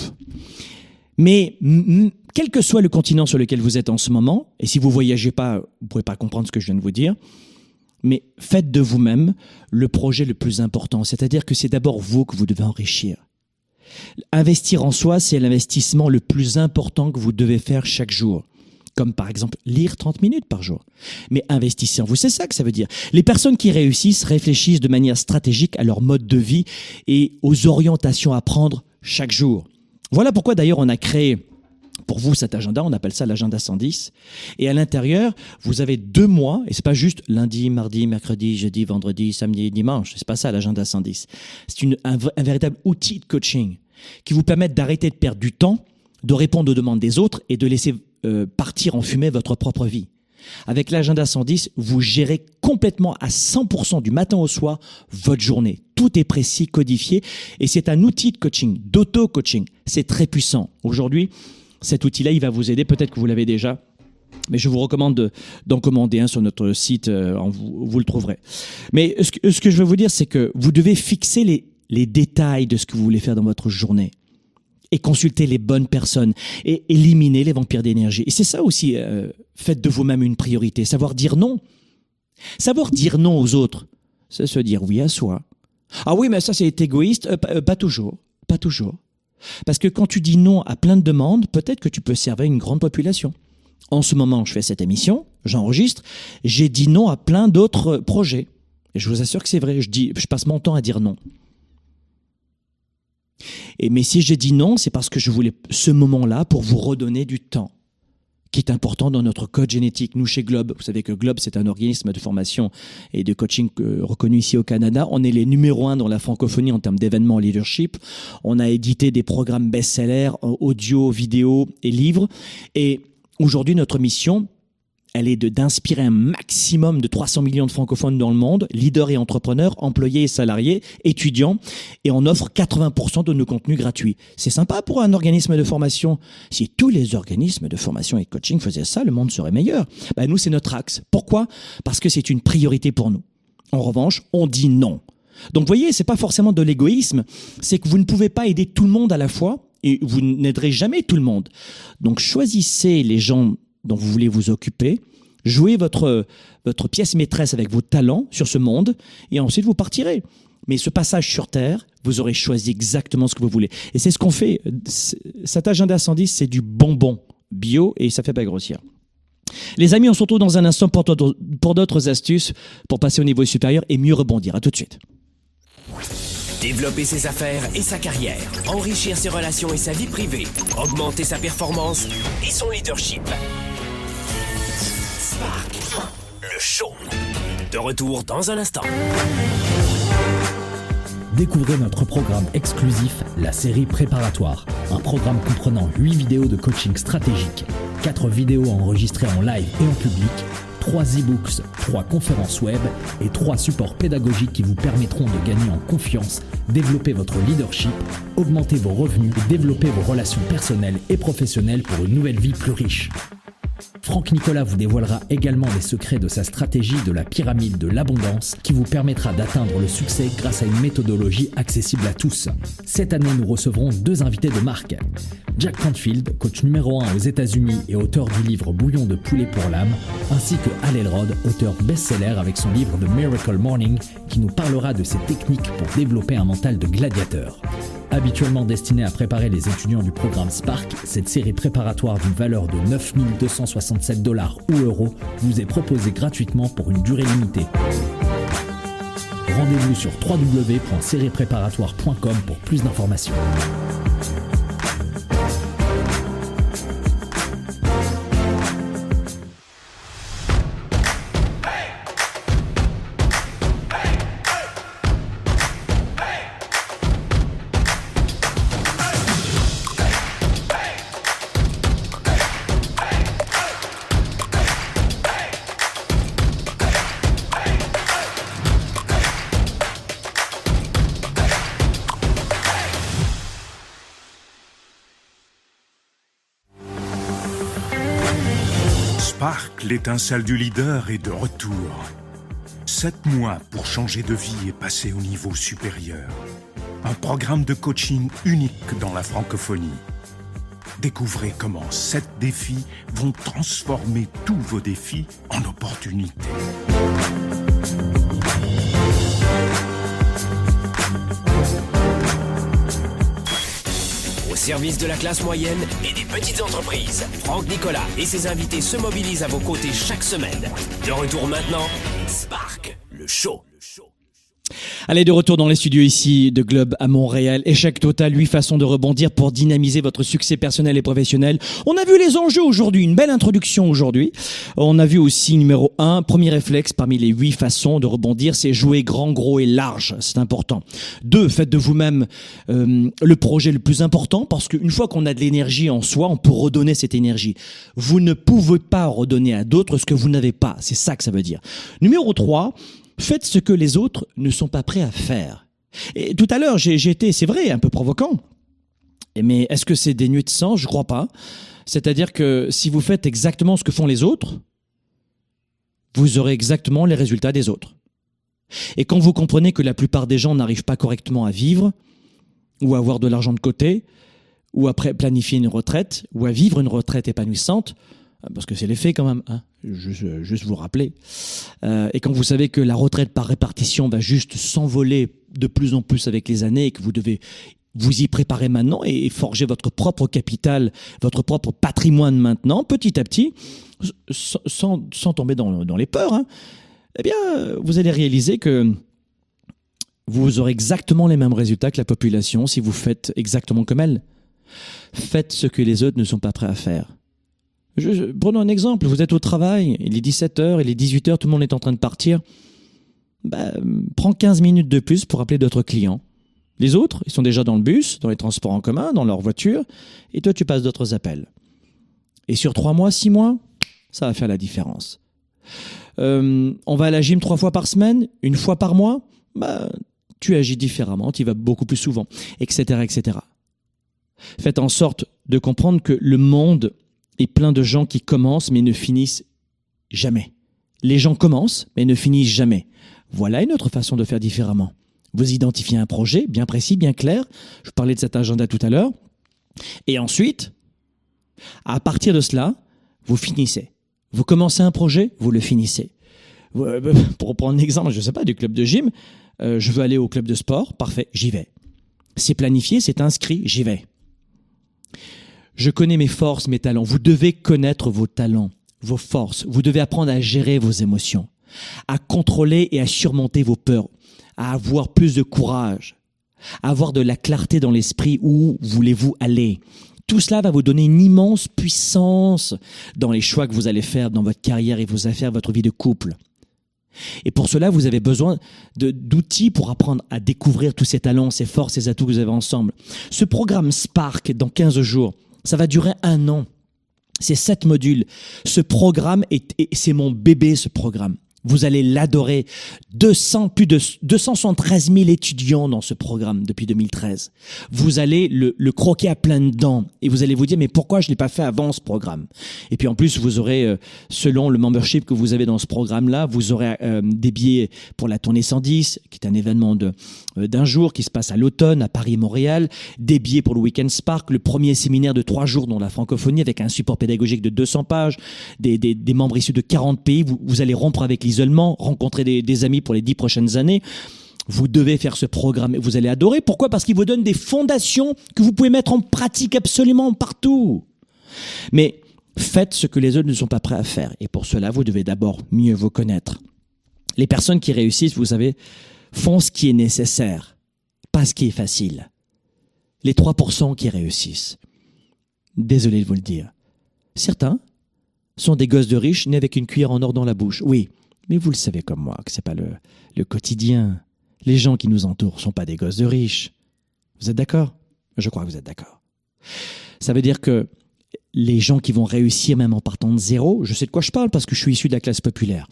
Mais m- quel que soit le continent sur lequel vous êtes en ce moment, et si vous voyagez pas, vous ne pouvez pas comprendre ce que je viens de vous dire, mais faites de vous-même le projet le plus important, c'est-à-dire que c'est d'abord vous que vous devez enrichir. Investir en soi, c'est l'investissement le plus important que vous devez faire chaque jour. Comme par exemple lire trente minutes par jour. Mais investissez en vous, c'est ça que ça veut dire. Les personnes qui réussissent réfléchissent de manière stratégique à leur mode de vie et aux orientations à prendre chaque jour. Voilà pourquoi d'ailleurs on a créé pour vous cet agenda, on appelle ça l'agenda cent dix. Et à l'intérieur, vous avez deux mois, et c'est pas juste lundi, mardi, mercredi, jeudi, vendredi, samedi, dimanche. C'est pas ça l'agenda cent dix. C'est une, un, un véritable outil de coaching qui vous permet d'arrêter de perdre du temps, de répondre aux demandes des autres et de laisser euh, partir en fumée votre propre vie. Avec l'agenda cent dix, vous gérez complètement à cent pour cent du matin au soir votre journée. Tout est précis, codifié et c'est un outil de coaching, d'auto-coaching. C'est très puissant. Aujourd'hui, cet outil-là, il va vous aider. Peut-être que vous l'avez déjà, mais je vous recommande de, d'en commander un sur notre site. Euh, vous, vous le trouverez. Mais ce que, ce que je veux vous dire, c'est que vous devez fixer les, les détails de ce que vous voulez faire dans votre journée et consulter les bonnes personnes et éliminer les vampires d'énergie. Et c'est ça aussi, euh, faites de vous-même une priorité. Savoir dire non. Savoir dire non aux autres, c'est se dire oui à soi. Ah oui, mais ça c'est égoïste. Euh, pas, euh, pas toujours. Pas toujours. Parce que quand tu dis non à plein de demandes, peut-être que tu peux servir une grande population. En ce moment, je fais cette émission, j'enregistre, j'ai dit non à plein d'autres projets. Et je vous assure que c'est vrai, je, dis, je passe mon temps à dire non. Et, mais si j'ai dit non, c'est parce que je voulais ce moment-là pour vous redonner du temps, qui est important dans notre code génétique. Nous, chez Globe, vous savez que Globe, c'est un organisme de formation et de coaching euh, reconnu ici au Canada. On est les numéros un dans la francophonie en termes d'événements leadership. On a édité des programmes best-sellers, audio, vidéo et livres. Et aujourd'hui, notre mission, elle est de, d'inspirer un maximum de trois cents millions de francophones dans le monde, leaders et entrepreneurs, employés et salariés, étudiants, et on offre quatre-vingts pour cent de nos contenus gratuits. C'est sympa pour un organisme de formation. Si tous les organismes de formation et coaching faisaient ça, le monde serait meilleur. Ben, nous, c'est notre axe. Pourquoi ? Parce que c'est une priorité pour nous. En revanche, on dit non. Donc, vous voyez, c'est pas forcément de l'égoïsme, c'est que vous ne pouvez pas aider tout le monde à la fois, et vous n'aiderez jamais tout le monde. Donc, choisissez les gens dont vous voulez vous occuper, jouez votre, votre pièce maîtresse avec vos talents sur ce monde et ensuite vous partirez. Mais ce passage sur Terre, vous aurez choisi exactement ce que vous voulez. Et c'est ce qu'on fait. Cet agenda cent dix, c'est du bonbon bio et ça fait pas grossir. Les amis, on se retrouve dans un instant pour d'autres, pour d'autres astuces pour passer au niveau supérieur et mieux rebondir. À tout de suite. Développer ses affaires et sa carrière, enrichir ses relations et sa vie privée, augmenter sa performance et son leadership. Spark, le show. De retour dans un instant. Découvrez notre programme exclusif, la série préparatoire. Un programme comprenant huit vidéos de coaching stratégique, quatre vidéos enregistrées en live et en public, trois e-books, trois conférences web et trois supports pédagogiques qui vous permettront de gagner en confiance, développer votre leadership, augmenter vos revenus et développer vos relations personnelles et professionnelles pour une nouvelle vie plus riche. Franck Nicolas vous dévoilera également les secrets de sa stratégie de la pyramide de l'abondance qui vous permettra d'atteindre le succès grâce à une méthodologie accessible à tous. Cette année, nous recevrons deux invités de marque. Jack Canfield, coach numéro un aux États-Unis et auteur du livre Bouillon de poulet pour l'âme, ainsi que Hal Elrod, auteur best-seller avec son livre The Miracle Morning, qui nous parlera de ses techniques pour développer un mental de gladiateur. Habituellement destinée à préparer les étudiants du programme Spark, cette série préparatoire d'une valeur de neuf mille deux cent soixante-sept dollars ou euros vous est proposée gratuitement pour une durée limitée. Rendez-vous sur w w w point série préparatoire point com pour plus d'informations. Spark, l'étincelle du leader, est de retour. Sept mois pour changer de vie et passer au niveau supérieur. Un programme de coaching unique dans la francophonie. Découvrez comment sept défis vont transformer tous vos défis en opportunités. Service de la classe moyenne et des petites entreprises. Franck Nicolas et ses invités se mobilisent à vos côtés chaque semaine. De retour maintenant, Spark, le show. Allez, de retour dans les studios ici de Globe à Montréal. Échec total, huit façons de rebondir pour dynamiser votre succès personnel et professionnel. On a vu les enjeux aujourd'hui, une belle introduction aujourd'hui. On a vu aussi numéro un, premier réflexe parmi les huit façons de rebondir, c'est jouer grand, gros et large. C'est important. Deux, faites de vous-même euh, le projet le plus important parce qu'une fois qu'on a de l'énergie en soi, on peut redonner cette énergie. Vous ne pouvez pas redonner à d'autres ce que vous n'avez pas. C'est ça que ça veut dire. Numéro trois, faites ce que les autres ne sont pas prêts à faire. Et tout à l'heure, j'ai, j'ai été, c'est vrai, un peu provoquant. Mais est-ce que c'est dénué de sens? Je crois pas. C'est-à-dire que si vous faites exactement ce que font les autres, vous aurez exactement les résultats des autres. Et quand vous comprenez que la plupart des gens n'arrivent pas correctement à vivre, ou à avoir de l'argent de côté, ou à planifier une retraite, ou à vivre une retraite épanouissante, parce que c'est les faits quand même, hein, juste, juste vous rappeler. Euh, et quand vous savez que la retraite par répartition va juste s'envoler de plus en plus avec les années et que vous devez vous y préparer maintenant et, et forger votre propre capital, votre propre patrimoine maintenant, petit à petit, sans, sans, sans tomber dans, dans les peurs, hein, eh bien, vous allez réaliser que vous aurez exactement les mêmes résultats que la population si vous faites exactement comme elle. Faites ce que les autres ne sont pas prêts à faire. Je, je, prenons un exemple, vous êtes au travail, il est dix-sept heures, il est dix-huit heures, tout le monde est en train de partir. Bah, prends quinze minutes de plus pour appeler d'autres clients. Les autres, ils sont déjà dans le bus, dans les transports en commun, dans leur voiture, et toi tu passes d'autres appels. Et sur trois mois, six mois, ça va faire la différence. Euh, on va à la gym trois fois par semaine, une fois par mois, bah, tu agis différemment, tu y vas beaucoup plus souvent, et cetera, et cetera. Faites en sorte de comprendre que le monde et plein de gens qui commencent mais ne finissent jamais. Les gens commencent mais ne finissent jamais. Voilà une autre façon de faire différemment. Vous identifiez un projet bien précis, bien clair. Je parlais de cet agenda tout à l'heure. Et ensuite, à partir de cela, vous finissez. Vous commencez un projet, vous le finissez. Pour prendre un exemple, je ne sais pas, du club de gym, Euh, je veux aller au club de sport. Parfait, j'y vais. C'est planifié, c'est inscrit, j'y vais. Je connais mes forces, mes talents. Vous devez connaître vos talents, vos forces. Vous devez apprendre à gérer vos émotions, à contrôler et à surmonter vos peurs, à avoir plus de courage, à avoir de la clarté dans l'esprit. Où voulez-vous aller? Tout cela va vous donner une immense puissance dans les choix que vous allez faire dans votre carrière et vos affaires, votre vie de couple. Et pour cela, vous avez besoin de, d'outils pour apprendre à découvrir tous ces talents, ces forces, ces atouts que vous avez ensemble. Ce programme Spark, dans quinze jours, ça va durer un an. C'est sept modules. Ce programme, est, est, c'est mon bébé, ce programme. Vous allez l'adorer. deux cents, plus de deux cent soixante-treize mille étudiants dans ce programme depuis deux mille treize. Vous allez le, le croquer à pleines dents et vous allez vous dire, mais pourquoi je l'ai pas fait avant ce programme? Et puis en plus, vous aurez, euh, selon le membership que vous avez dans ce programme-là, vous aurez euh, des billets pour la tournée cent dix, qui est un événement de, euh, d'un jour qui se passe à l'automne à Paris et Montréal, des billets pour le Weekend Spark, le premier séminaire de trois jours dans la francophonie avec un support pédagogique de deux cents pages, des, des, des membres issus de quarante pays. Vous, vous allez rompre avec l'isolement, rencontrer des, des amis pour les dix prochaines années. Vous devez faire ce programme et vous allez adorer. Pourquoi? Parce qu'il vous donne des fondations que vous pouvez mettre en pratique absolument partout. Mais faites ce que les autres ne sont pas prêts à faire. Et pour cela, vous devez d'abord mieux vous connaître. Les personnes qui réussissent, vous savez, font ce qui est nécessaire, pas ce qui est facile. Les trois pour cent qui réussissent, désolé de vous le dire, certains sont des gosses de riches nés avec une cuillère en or dans la bouche. Oui, mais vous le savez comme moi que c'est pas le, le quotidien. Les gens qui nous entourent sont pas des gosses de riches. Vous êtes d'accord? Je crois que vous êtes d'accord. Ça veut dire que les gens qui vont réussir même en partant de zéro, je sais de quoi je parle parce que je suis issu de la classe populaire.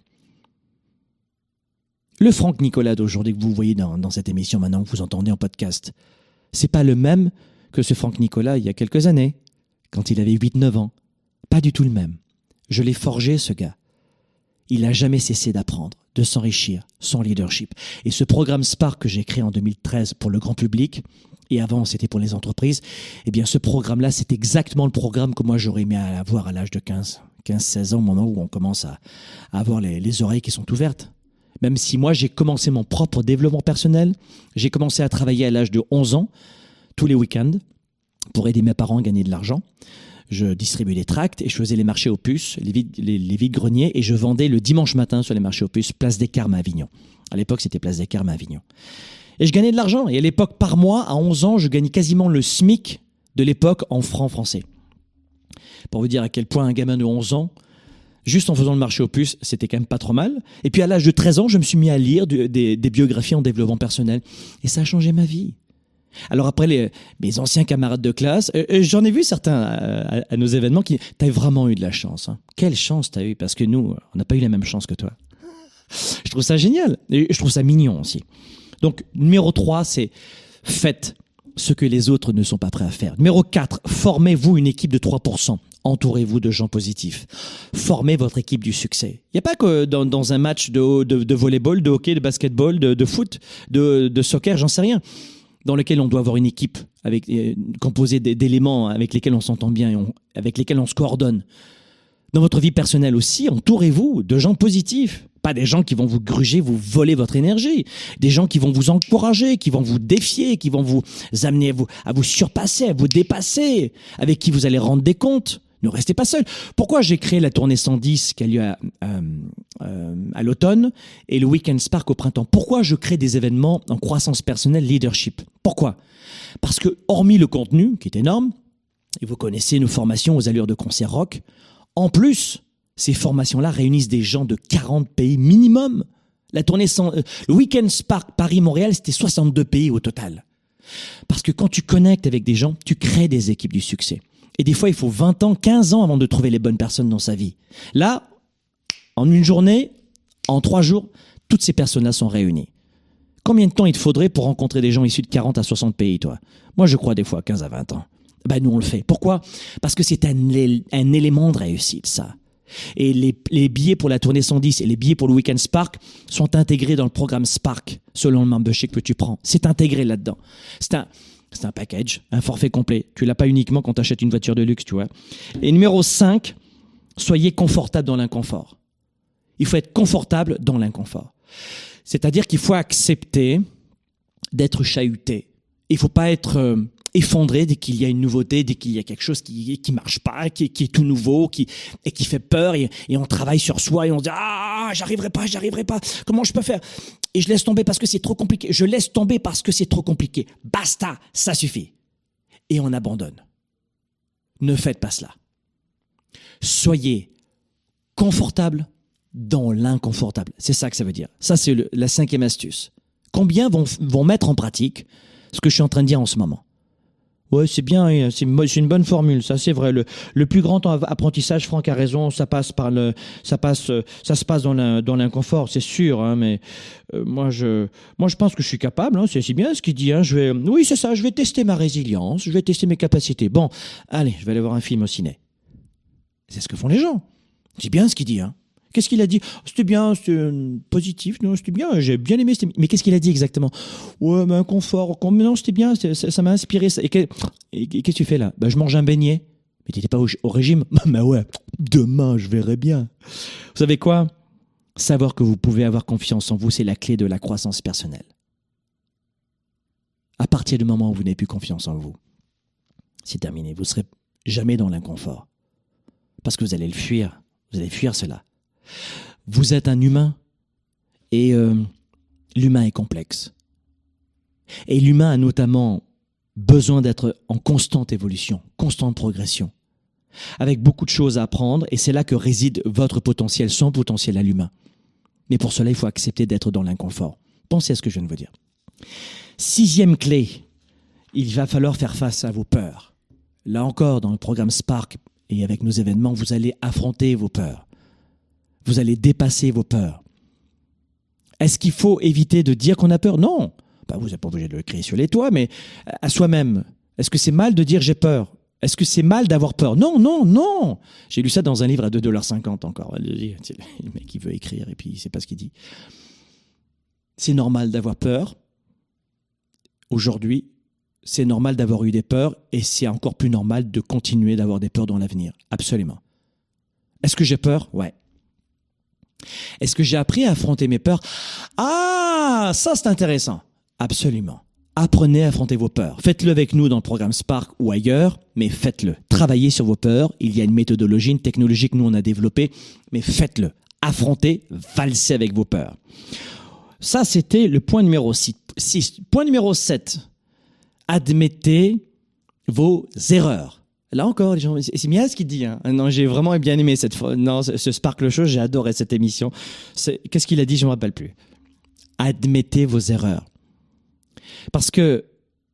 Le Franck Nicolas d'aujourd'hui que vous voyez dans, dans cette émission maintenant, que vous entendez en podcast, c'est pas le même que ce Franck Nicolas il y a quelques années, quand il avait huit neuf ans. Pas du tout le même. Je l'ai forgé, ce gars. Il n'a jamais cessé d'apprendre, de s'enrichir, son leadership. Et ce programme Spark que j'ai créé en deux mille treize pour le grand public, et avant c'était pour les entreprises, eh bien ce programme-là, c'est exactement le programme que moi j'aurais aimé avoir à l'âge de quinze, quinze, seize ans, au moment où on commence à, à avoir les, les oreilles qui sont ouvertes. Même si moi j'ai commencé mon propre développement personnel, j'ai commencé à travailler à l'âge de onze ans, tous les week-ends, pour aider mes parents à gagner de l'argent. Je distribuais des tracts et je faisais les marchés aux puces, les vides, les, les vides greniers, et je vendais le dimanche matin sur les marchés aux puces, Place des Carmes à Avignon. À l'époque, c'était Place des Carmes à Avignon. Et je gagnais de l'argent. Et à l'époque, par mois, à onze ans, je gagnais quasiment le SMIC de l'époque en francs français. Pour vous dire à quel point un gamin de onze ans, juste en faisant le marché aux puces, c'était quand même pas trop mal. Et puis à l'âge de treize ans, je me suis mis à lire du, des, des biographies en développement personnel. Et ça a changé ma vie. Alors après, les, mes anciens camarades de classe, euh, j'en ai vu certains à, à, à nos événements qui... T'as vraiment eu de la chance. Hein. Quelle chance t'as eu, parce que nous, on n'a pas eu la même chance que toi. Je trouve ça génial. Et je trouve ça mignon aussi. Donc, numéro trois, c'est faites ce que les autres ne sont pas prêts à faire. Numéro quatre, formez-vous une équipe de trois pour cent. Entourez-vous de gens positifs. Formez votre équipe du succès. Il n'y a pas que dans, dans un match de, de, de volleyball, de hockey, de basketball, de, de foot, de, de soccer, j'en sais rien, dans lequel on doit avoir une équipe avec, euh, composée d'éléments avec lesquels on s'entend bien et on, avec lesquels on se coordonne. Dans votre vie personnelle aussi, entourez-vous de gens positifs. Pas des gens qui vont vous gruger, vous voler votre énergie. Des gens qui vont vous encourager, qui vont vous défier, qui vont vous amener à vous, à vous surpasser, à vous dépasser, avec qui vous allez rendre des comptes. Ne restez pas seul. Pourquoi j'ai créé la tournée cent dix qui a lieu à, à, à l'automne et le Weekend Spark au printemps? Pourquoi je crée des événements en croissance personnelle, leadership? Pourquoi? Parce que, hormis le contenu, qui est énorme, et vous connaissez nos formations aux allures de concert rock, en plus, ces formations-là réunissent des gens de quarante pays minimum. La tournée cent, euh, le Weekend Spark Paris-Montréal, c'était soixante-deux pays au total. Parce que quand tu connectes avec des gens, tu crées des équipes du succès. Et des fois, il faut vingt ans, quinze ans avant de trouver les bonnes personnes dans sa vie. Là, en une journée, en trois jours, toutes ces personnes-là sont réunies. Combien de temps il te faudrait pour rencontrer des gens issus de quarante à soixante pays, toi? Moi, je crois des fois quinze à vingt ans. Ben, nous, on le fait. Pourquoi? Parce que c'est un, un élément de réussite, ça. Et les, les billets pour la tournée cent dix et les billets pour le Weekend Spark sont intégrés dans le programme Spark, selon le membership que tu prends. C'est intégré là-dedans. C'est un... C'est un package, un forfait complet. Tu l'as pas uniquement quand tu achètes une voiture de luxe, tu vois. Et numéro cinq, soyez confortable dans l'inconfort. Il faut être confortable dans l'inconfort. C'est-à-dire qu'il faut accepter d'être chahuté. Il faut pas être euh, effondré dès qu'il y a une nouveauté, dès qu'il y a quelque chose qui qui marche pas, qui, qui est tout nouveau, qui et qui fait peur, et, et on travaille sur soi et on se dit ah j'arriverai pas, j'arriverai pas. Comment je peux faire? Et je laisse tomber parce que c'est trop compliqué. Je laisse tomber parce que c'est trop compliqué. Basta, ça suffit. Et on abandonne. Ne faites pas cela. Soyez confortable dans l'inconfortable. C'est ça que ça veut dire. Ça, c'est le, la cinquième astuce. Combien vont, vont mettre en pratique ce que je suis en train de dire en ce moment? Ouais, c'est bien, c'est une, c'est une bonne formule, ça c'est vrai. Le, le plus grand apprentissage, Franck a raison, ça passe par le, ça passe, ça se passe dans l'in, dans l'inconfort, c'est sûr. Hein, mais euh, moi je, moi je pense que je suis capable. Hein, c'est, c'est bien ce qu'il dit. Hein, je vais, oui c'est ça. Je vais tester ma résilience, je vais tester mes capacités. Bon, allez, je vais aller voir un film au ciné. C'est ce que font les gens. C'est bien ce qu'il dit. Hein. Qu'est-ce qu'il a dit? C'était bien, c'était euh, positif, non, c'était bien, j'ai bien aimé. C'était... Mais qu'est-ce qu'il a dit exactement? Ouais, mais un confort, mais non, c'était bien, ça, ça m'a inspiré. Ça. Et, que... Et qu'est-ce que tu fais là? Ben, je mange un beignet. Mais t'étais pas au, au régime? Mais ouais, demain, je verrai bien. Vous savez quoi? Savoir que vous pouvez avoir confiance en vous, c'est la clé de la croissance personnelle. À partir du moment où vous n'avez plus confiance en vous, c'est terminé. Vous serez jamais dans l'inconfort. Parce que vous allez le fuir. Vous allez fuir cela. Vous êtes un humain et euh, l'humain est complexe. Et l'humain a notamment besoin d'être en constante évolution, constante progression, avec beaucoup de choses à apprendre, et c'est là que réside votre potentiel, son potentiel à l'humain. Mais pour cela, il faut accepter d'être dans l'inconfort. Pensez à ce que je viens de vous dire. Sixième clé, il va falloir faire face à vos peurs. Là encore, dans le programme Spark et avec nos événements, vous allez affronter vos peurs. Vous allez dépasser vos peurs. Est-ce qu'il faut éviter de dire qu'on a peur? Non. Ben, vous n'êtes pas obligé de le crier sur les toits, mais à soi-même. Est-ce que c'est mal de dire j'ai peur? Est-ce que c'est mal d'avoir peur? Non, non, non. J'ai lu ça dans un livre à deux dollars cinquante encore. Le mec, il veut écrire et puis il ne sait pas ce qu'il dit. C'est normal d'avoir peur. Aujourd'hui, c'est normal d'avoir eu des peurs et c'est encore plus normal de continuer d'avoir des peurs dans l'avenir. Absolument. Est-ce que j'ai peur? Ouais. Est-ce que j'ai appris à affronter mes peurs? Ah, ça c'est intéressant. Absolument. Apprenez à affronter vos peurs. Faites-le avec nous dans le programme Spark ou ailleurs, mais faites-le. Travaillez sur vos peurs. Il y a une méthodologie, une technologie que nous on a développée, mais faites-le. Affrontez, valsez avec vos peurs. Ça, c'était le point numéro six. Point numéro sept. Admettez vos erreurs. Là encore, les gens, c'est bien ce qu'il dit. Hein. Non, j'ai vraiment bien aimé cette fois. Non, ce Sparkle Show, j'ai adoré cette émission. C'est, qu'est-ce qu'il a dit? Je ne me rappelle plus. Admettez vos erreurs. Parce que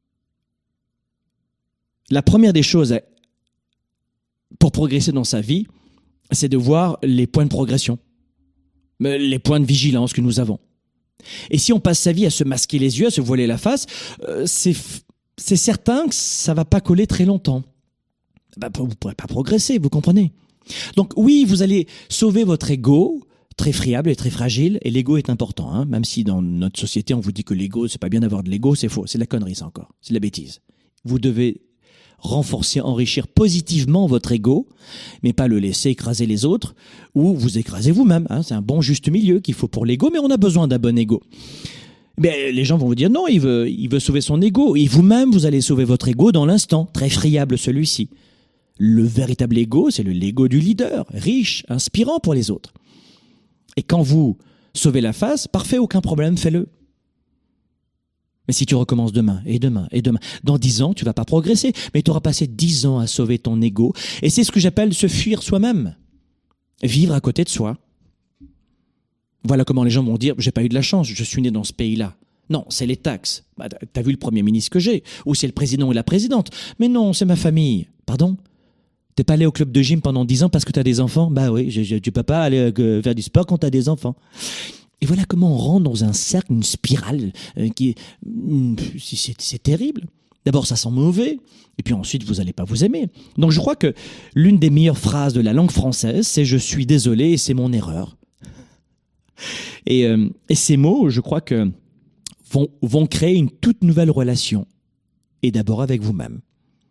la première des choses pour progresser dans sa vie, c'est de voir les points de progression, les points de vigilance que nous avons. Et si on passe sa vie à se masquer les yeux, à se voiler la face, euh, c'est, c'est certain que ça ne va pas coller très longtemps. Ben, vous ne pourrez pas progresser, vous comprenez? Donc oui, vous allez sauver votre ego, très friable et très fragile, et l'ego est important, hein, même si dans notre société on vous dit que l'ego, c'est pas bien d'avoir de l'ego, c'est faux, c'est de la connerie ça encore, c'est de la bêtise. Vous devez renforcer, enrichir positivement votre ego, mais pas le laisser écraser les autres, ou vous écraser vous-même, hein, c'est un bon juste milieu qu'il faut pour l'ego, mais on a besoin d'un bon ego. Mais les gens vont vous dire non, il veut, il veut sauver son ego, et vous-même vous allez sauver votre ego dans l'instant, très friable celui-ci. Le véritable ego, c'est le l'ego du leader, riche, inspirant pour les autres. Et quand vous sauvez la face, parfait, aucun problème, fais-le. Mais si tu recommences demain, et demain, et demain, dans dix ans, tu vas pas progresser, mais tu auras passé dix ans à sauver ton ego. Et c'est ce que j'appelle se fuir soi-même. Vivre à côté de soi. Voilà comment les gens vont dire, j'ai pas eu de la chance, je suis né dans ce pays-là. Non, c'est les taxes. Bah, t'as vu le premier ministre que j'ai, ou c'est le président ou la présidente. Mais non, c'est ma famille. Pardon? T'es pas allé au club de gym pendant dix ans parce que t'as des enfants? Bah oui, je, je, tu peux pas aller euh, faire du sport quand t'as des enfants. Et voilà comment on rentre dans un cercle, une spirale euh, qui euh, c'est, c'est terrible. D'abord, ça sent mauvais, et puis ensuite, vous allez pas vous aimer. Donc je crois que l'une des meilleures phrases de la langue française, c'est « je suis désolé et c'est mon erreur ». Et, euh, et ces mots, je crois que vont, vont créer une toute nouvelle relation, et d'abord avec vous-même.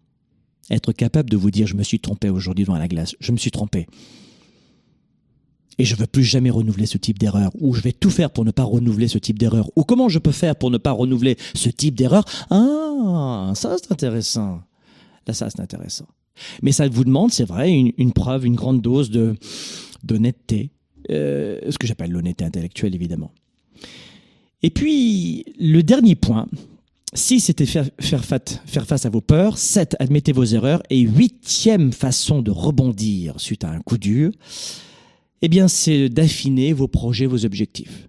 Être capable de vous dire « je me suis trompé aujourd'hui dans la glace, je me suis trompé ». et je veux plus jamais renouveler ce type d'erreur, ou je vais tout faire pour ne pas renouveler ce type d'erreur, ou comment je peux faire pour ne pas renouveler ce type d'erreur. Ah, ça c'est intéressant. Là, ça c'est intéressant. Mais ça vous demande, c'est vrai, une, une preuve, une grande dose de d'honnêteté, euh, ce que j'appelle l'honnêteté intellectuelle, évidemment. Et puis, le dernier point, six, c'était faire, faire, faire face à vos peurs. sept, admettez vos erreurs. Et huitième façon de rebondir suite à un coup dur, eh bien, c'est d'affiner vos projets, vos objectifs.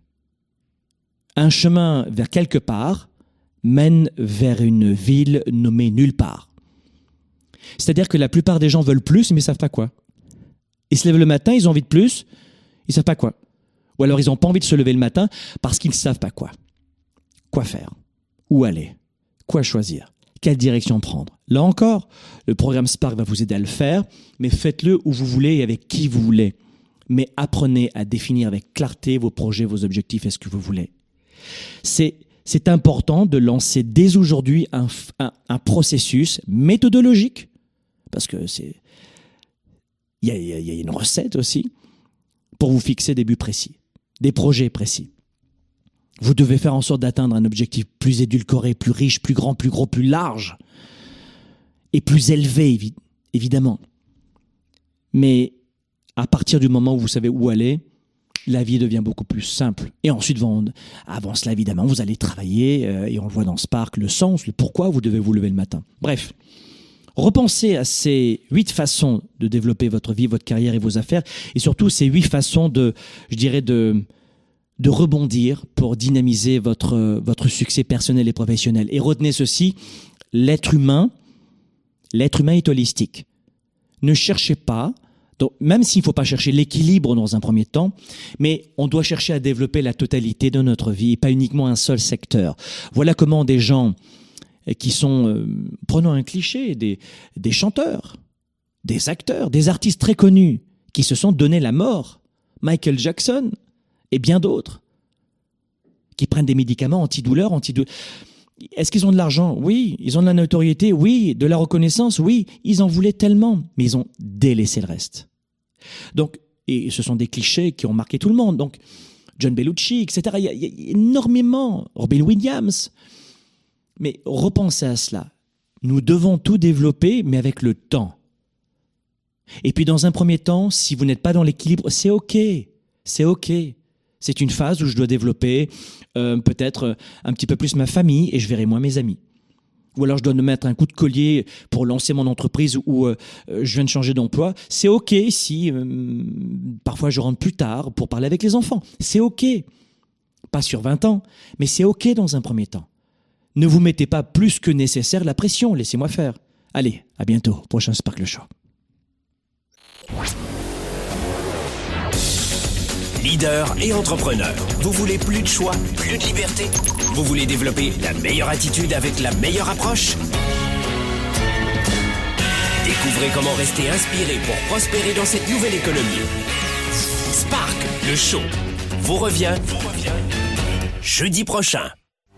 Un chemin vers quelque part mène vers une ville nommée nulle part. C'est-à-dire que la plupart des gens veulent plus, mais ils ne savent pas quoi. Ils se lèvent le matin, ils ont envie de plus, ils ne savent pas quoi. Ou alors ils n'ont pas envie de se lever le matin parce qu'ils ne savent pas quoi. Quoi faire? Où aller? Quoi choisir? Quelle direction prendre? Là encore, le programme Spark va vous aider à le faire, mais faites-le où vous voulez et avec qui vous voulez. Mais apprenez à définir avec clarté vos projets, vos objectifs et ce que vous voulez. C'est, c'est important de lancer dès aujourd'hui un, un, un processus méthodologique, parce que c'est, il y a, y a une recette aussi, pour vous fixer des buts précis, des projets précis. Vous devez faire en sorte d'atteindre un objectif plus édulcoré, plus riche, plus grand, plus gros, plus large et plus élevé, évi- évidemment. Mais à partir du moment où vous savez où aller, la vie devient beaucoup plus simple. Et ensuite, avant cela, évidemment, vous allez travailler, euh, et on le voit dans Spark, le sens, le pourquoi vous devez vous lever le matin. Bref, repensez à ces huit façons de développer votre vie, votre carrière et vos affaires, et surtout ces huit façons de, je dirais, de... de rebondir pour dynamiser votre, votre succès personnel et professionnel. Et retenez ceci, l'être humain, l'être humain est holistique. Ne cherchez pas, donc même s'il ne faut pas chercher l'équilibre dans un premier temps, mais on doit chercher à développer la totalité de notre vie et pas uniquement un seul secteur. Voilà comment des gens qui sont, euh, prenons un cliché, des, des chanteurs, des acteurs, des artistes très connus qui se sont donné la mort. Michael Jackson, et bien d'autres, qui prennent des médicaments antidouleurs, antidouleurs. Est-ce qu'ils ont de l'argent? Oui. Ils ont de la notoriété? Oui. De la reconnaissance? Oui. Ils en voulaient tellement, mais ils ont délaissé le reste. Donc, et ce sont des clichés qui ont marqué tout le monde. Donc, John Belushi, et cetera. Il y a, il y a énormément. Robin Williams. Mais repensez à cela. Nous devons tout développer, mais avec le temps. Et puis, dans un premier temps, si vous n'êtes pas dans l'équilibre, c'est OK. C'est OK. C'est une phase où je dois développer euh, peut-être un petit peu plus ma famille et je verrai moins mes amis. Ou alors je dois me mettre un coup de collier pour lancer mon entreprise ou euh, je viens de changer d'emploi. C'est OK si euh, parfois je rentre plus tard pour parler avec les enfants. C'est OK. Pas sur vingt ans, mais c'est OK dans un premier temps. Ne vous mettez pas plus que nécessaire la pression, laissez-moi faire. Allez, à bientôt, prochain Spark le Show. Leader et entrepreneur, vous voulez plus de choix, plus de liberté? Vous voulez développer la meilleure attitude avec la meilleure approche? Découvrez comment rester inspiré pour prospérer dans cette nouvelle économie. Spark, le show, vous revient, vous revient jeudi prochain.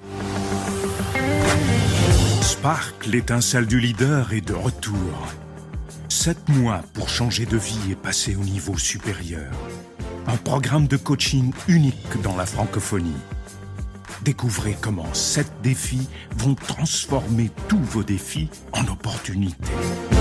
Spark, l'étincelle du leader, est de retour. Sept mois pour changer de vie et passer au niveau supérieur. Un programme de coaching unique dans la francophonie. Découvrez comment sept défis vont transformer tous vos défis en opportunités.